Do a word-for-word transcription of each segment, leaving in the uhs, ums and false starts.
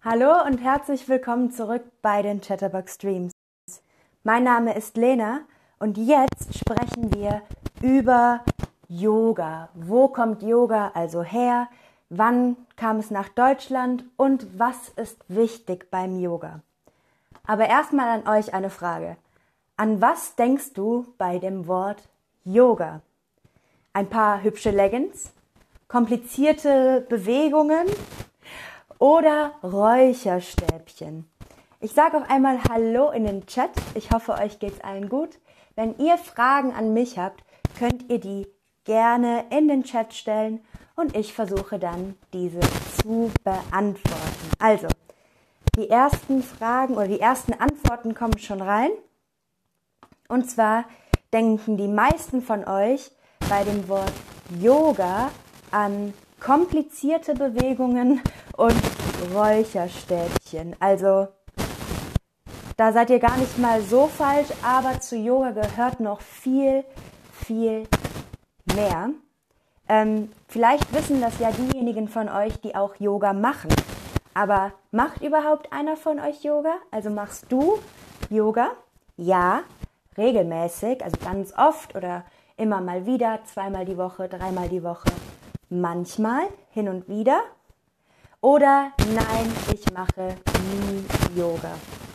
Hallo und herzlich willkommen zurück bei den Chatterbox Streams. Mein Name ist Lena und jetzt sprechen wir über Yoga. Wo kommt Yoga also her? Wann kam es nach Deutschland und was ist wichtig beim Yoga? Aber erstmal an euch eine Frage. An was denkst du bei dem Wort Yoga? Ein paar hübsche Leggings? Komplizierte Bewegungen? Oder Räucherstäbchen? Ich sage auch einmal Hallo in den Chat. Ich hoffe, euch geht's allen gut. Wenn ihr Fragen an mich habt, könnt ihr die gerne in den Chat stellen und ich versuche dann, diese zu beantworten. Also, die ersten Fragen oder die ersten Antworten kommen schon rein. Und zwar denken die meisten von euch bei dem Wort Yoga an komplizierte Bewegungen und Räucherstäbchen. Also da seid ihr gar nicht mal so falsch, aber zu Yoga gehört noch viel, viel mehr. Ähm, vielleicht wissen das ja diejenigen von euch, die auch Yoga machen. Aber macht überhaupt einer von euch Yoga? Also machst du Yoga? Ja, regelmäßig, also ganz oft oder immer mal wieder, zweimal die Woche, dreimal die Woche. Manchmal, hin und wieder. Oder nein, ich mache nie Yoga.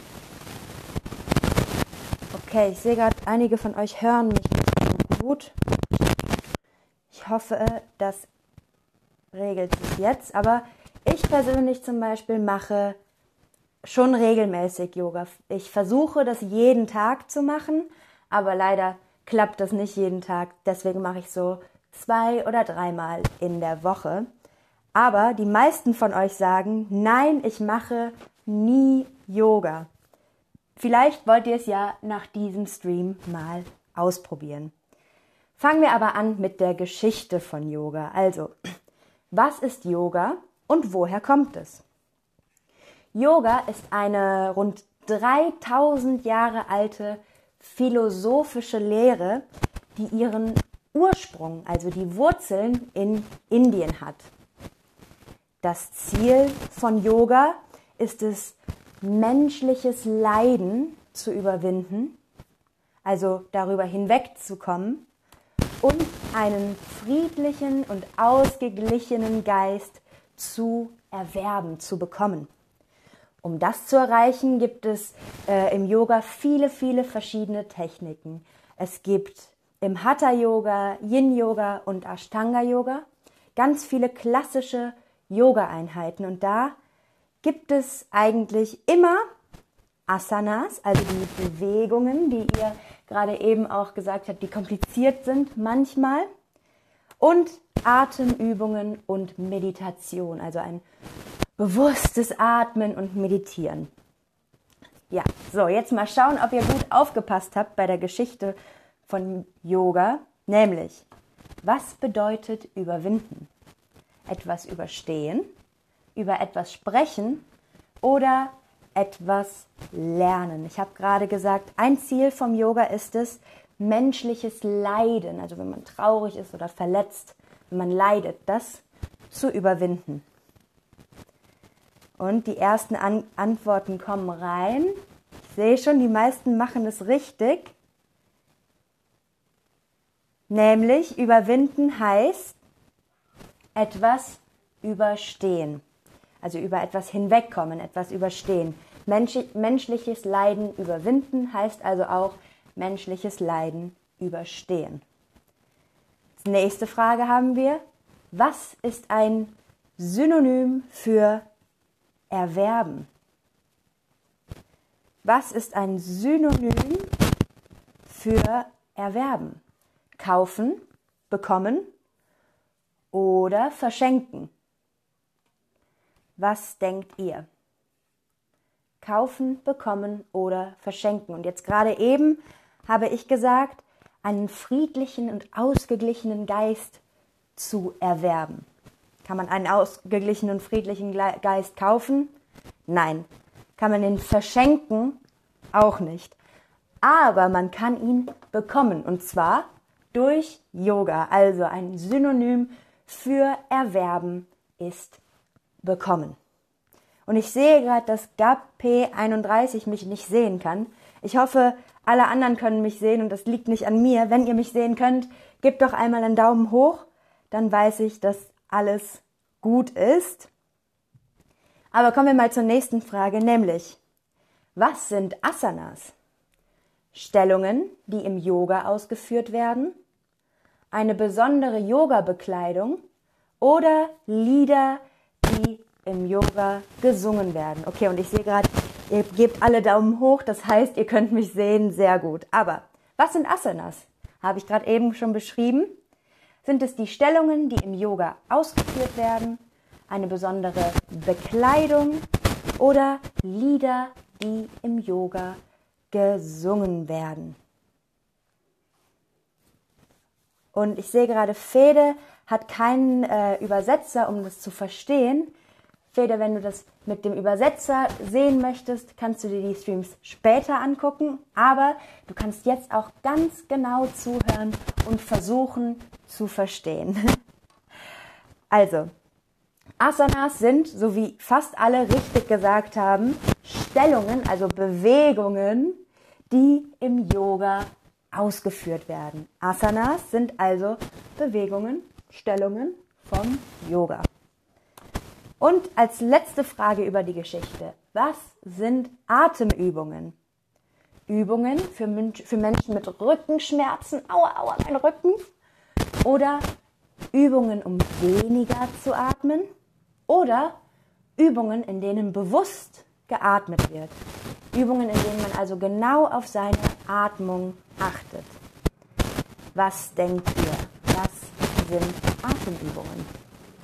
Okay, ich sehe gerade, einige von euch hören mich nicht so gut. Ich hoffe, das regelt sich jetzt. Aber ich persönlich zum Beispiel mache schon regelmäßig Yoga. Ich versuche, das jeden Tag zu machen, aber leider klappt das nicht jeden Tag. Deswegen mache ich so zwei oder dreimal in der Woche. Aber die meisten von euch sagen, nein, ich mache nie Yoga. Vielleicht wollt ihr es ja nach diesem Stream mal ausprobieren. Fangen wir aber an mit der Geschichte von Yoga. Also, was ist Yoga und woher kommt es? Yoga ist eine rund dreitausend Jahre alte philosophische Lehre, die ihren Ursprung, also die Wurzeln in Indien hat. Das Ziel von Yoga ist es, menschliches Leiden zu überwinden, also darüber hinwegzukommen und einen friedlichen und ausgeglichenen Geist zu erwerben, zu bekommen. Um das zu erreichen, gibt es äh, im Yoga viele, viele verschiedene Techniken. Es gibt im Hatha-Yoga, Yin-Yoga und Ashtanga-Yoga ganz viele klassische Yoga-Einheiten. Und da gibt es eigentlich immer Asanas, also die Bewegungen, die ihr gerade eben auch gesagt habt, die kompliziert sind manchmal. Und Atemübungen und Meditation, also ein bewusstes Atmen und Meditieren. Ja, so, jetzt mal schauen, ob ihr gut aufgepasst habt bei der Geschichte von Yoga, nämlich, was bedeutet überwinden? Etwas überstehen, über etwas sprechen oder etwas lernen. Ich habe gerade gesagt, ein Ziel vom Yoga ist es, menschliches Leiden, also wenn man traurig ist oder verletzt, wenn man leidet, das zu überwinden. Und die ersten An- Antworten kommen rein. Ich sehe schon, die meisten machen es richtig. Nämlich, überwinden heißt etwas überstehen. Also über etwas hinwegkommen, etwas überstehen. Mensch- menschliches Leiden überwinden heißt also auch menschliches Leiden überstehen. Als nächste Frage haben wir, was ist ein Synonym für erwerben? Was ist ein Synonym für erwerben? Kaufen, bekommen oder verschenken? Was denkt ihr? Kaufen, bekommen oder verschenken? Und jetzt gerade eben habe ich gesagt, einen friedlichen und ausgeglichenen Geist zu erwerben. Kann man einen ausgeglichenen und friedlichen Geist kaufen? Nein. Kann man ihn verschenken? Auch nicht. Aber man kann ihn bekommen, und zwar durch Yoga. Also ein Synonym für erwerben ist bekommen. Und ich sehe gerade, dass Gab P einunddreißig mich nicht sehen kann. Ich hoffe, alle anderen können mich sehen und das liegt nicht an mir. Wenn ihr mich sehen könnt, gebt doch einmal einen Daumen hoch, dann weiß ich, dass alles gut ist. Aber kommen wir mal zur nächsten Frage, nämlich, was sind Asanas? Stellungen, die im Yoga ausgeführt werden, eine besondere Yoga-Bekleidung oder Lieder, die im Yoga gesungen werden. Okay, und ich sehe gerade, ihr gebt alle Daumen hoch, das heißt, ihr könnt mich sehen, sehr gut. Aber was sind Asanas? Habe ich gerade eben schon beschrieben. Sind es die Stellungen, die im Yoga ausgeführt werden, eine besondere Bekleidung oder Lieder, die im Yoga gesungen werden? Und ich sehe gerade, Fede hat keinen äh, Übersetzer, um das zu verstehen. Fede, wenn du das mit dem Übersetzer sehen möchtest, kannst du dir die Streams später angucken. Aber du kannst jetzt auch ganz genau zuhören und versuchen zu verstehen. Also, Asanas sind, so wie fast alle richtig gesagt haben, Stellungen, also Bewegungen, die im Yoga ausgeführt werden. Asanas sind also Bewegungen, Stellungen vom Yoga. Und als letzte Frage über die Geschichte. Was sind Atemübungen? Übungen für, Münch- für Menschen mit Rückenschmerzen. Aua, aua, mein Rücken. Oder Übungen, um weniger zu atmen. Oder Übungen, in denen bewusst geatmet wird. Übungen, in denen man also genau auf seine Atmung achtet. Was denkt ihr? Was sind Atemübungen?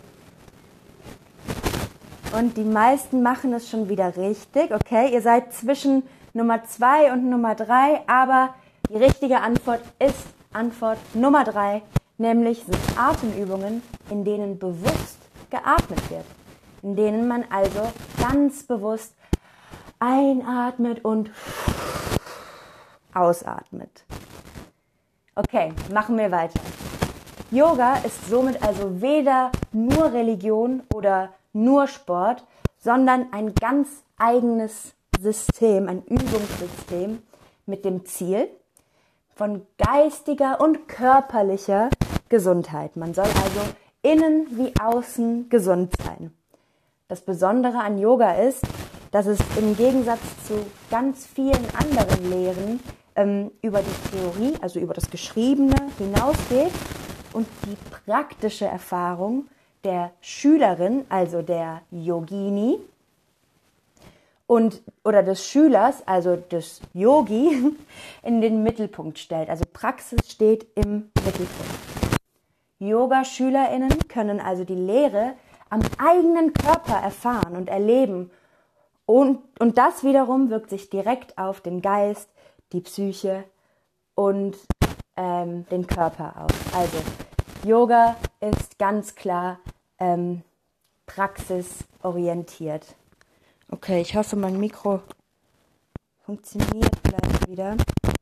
Und die meisten machen es schon wieder richtig, okay? Ihr seid zwischen Nummer zwei und Nummer drei, aber die richtige Antwort ist Antwort Nummer drei, nämlich sind Atemübungen, in denen bewusst geatmet wird, in denen man also ganz bewusst einatmet und ausatmet. Okay, machen wir weiter. Yoga ist somit also weder nur Religion oder nur Sport, sondern ein ganz eigenes System, ein Übungssystem mit dem Ziel von geistiger und körperlicher Gesundheit. Man soll also innen wie außen gesund sein. Das Besondere an Yoga ist, dass es im Gegensatz zu ganz vielen anderen Lehren ähm, über die Theorie, also über das Geschriebene hinausgeht und die praktische Erfahrung der Schülerin, also der Yogini, und, oder des Schülers, also des Yogi, in den Mittelpunkt stellt. Also Praxis steht im Mittelpunkt. Yoga-SchülerInnen können also die Lehre am eigenen Körper erfahren und erleben. Und, und das wiederum wirkt sich direkt auf den Geist, die Psyche und ähm, den Körper aus. Also Yoga ist ganz klar ähm, praxisorientiert. Okay, ich hoffe, mein Mikro funktioniert gleich wieder.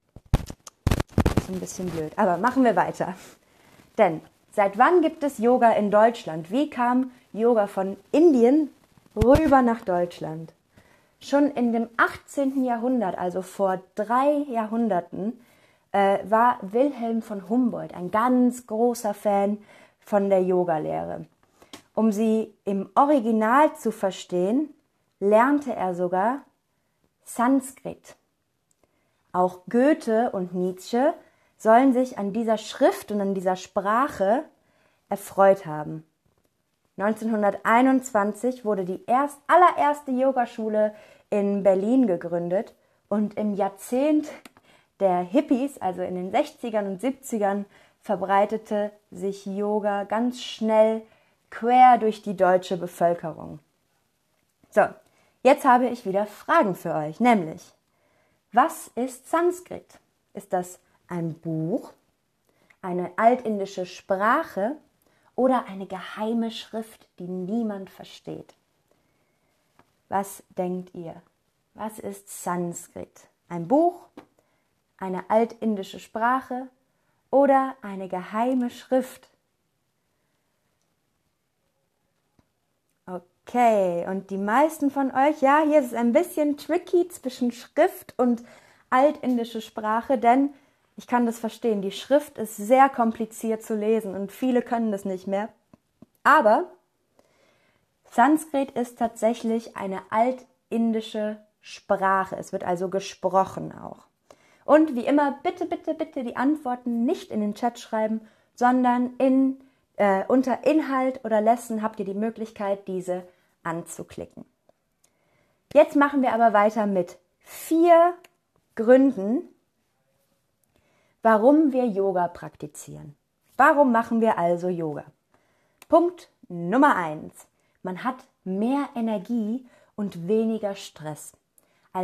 Ist ein bisschen blöd, aber machen wir weiter. Denn seit wann gibt es Yoga in Deutschland? Wie kam Yoga von Indien rüber nach Deutschland? Schon in dem achtzehnten Jahrhundert, also vor drei Jahrhunderten, äh, war Wilhelm von Humboldt ein ganz großer Fan von der Yogalehre. Um sie im Original zu verstehen, lernte er sogar Sanskrit. Auch Goethe und Nietzsche sollen sich an dieser Schrift und an dieser Sprache erfreut haben. neunzehnhunderteinundzwanzig wurde die erst, allererste Yogaschule in Berlin gegründet und im Jahrzehnt der Hippies, also in den sechzigern und siebzigern, verbreitete sich Yoga ganz schnell quer durch die deutsche Bevölkerung. So, jetzt habe ich wieder Fragen für euch, nämlich, was ist Sanskrit? Ist das ein Buch, eine altindische Sprache oder eine geheime Schrift, die niemand versteht? Was denkt ihr? Was ist Sanskrit? Ein Buch, eine altindische Sprache oder eine geheime Schrift? Okay, und die meisten von euch, ja, hier ist es ein bisschen tricky zwischen Schrift und altindische Sprache, denn ich kann das verstehen, die Schrift ist sehr kompliziert zu lesen und viele können das nicht mehr. Aber Sanskrit ist tatsächlich eine altindische Sprache. Es wird also gesprochen auch. Und wie immer, bitte, bitte, bitte die Antworten nicht in den Chat schreiben, sondern in, äh, unter Inhalt oder Lesson habt ihr die Möglichkeit, diese anzuklicken. Jetzt machen wir aber weiter mit vier Gründen, warum wir Yoga praktizieren. Warum machen wir also Yoga? Punkt Nummer eins. Man hat mehr Energie und weniger Stress.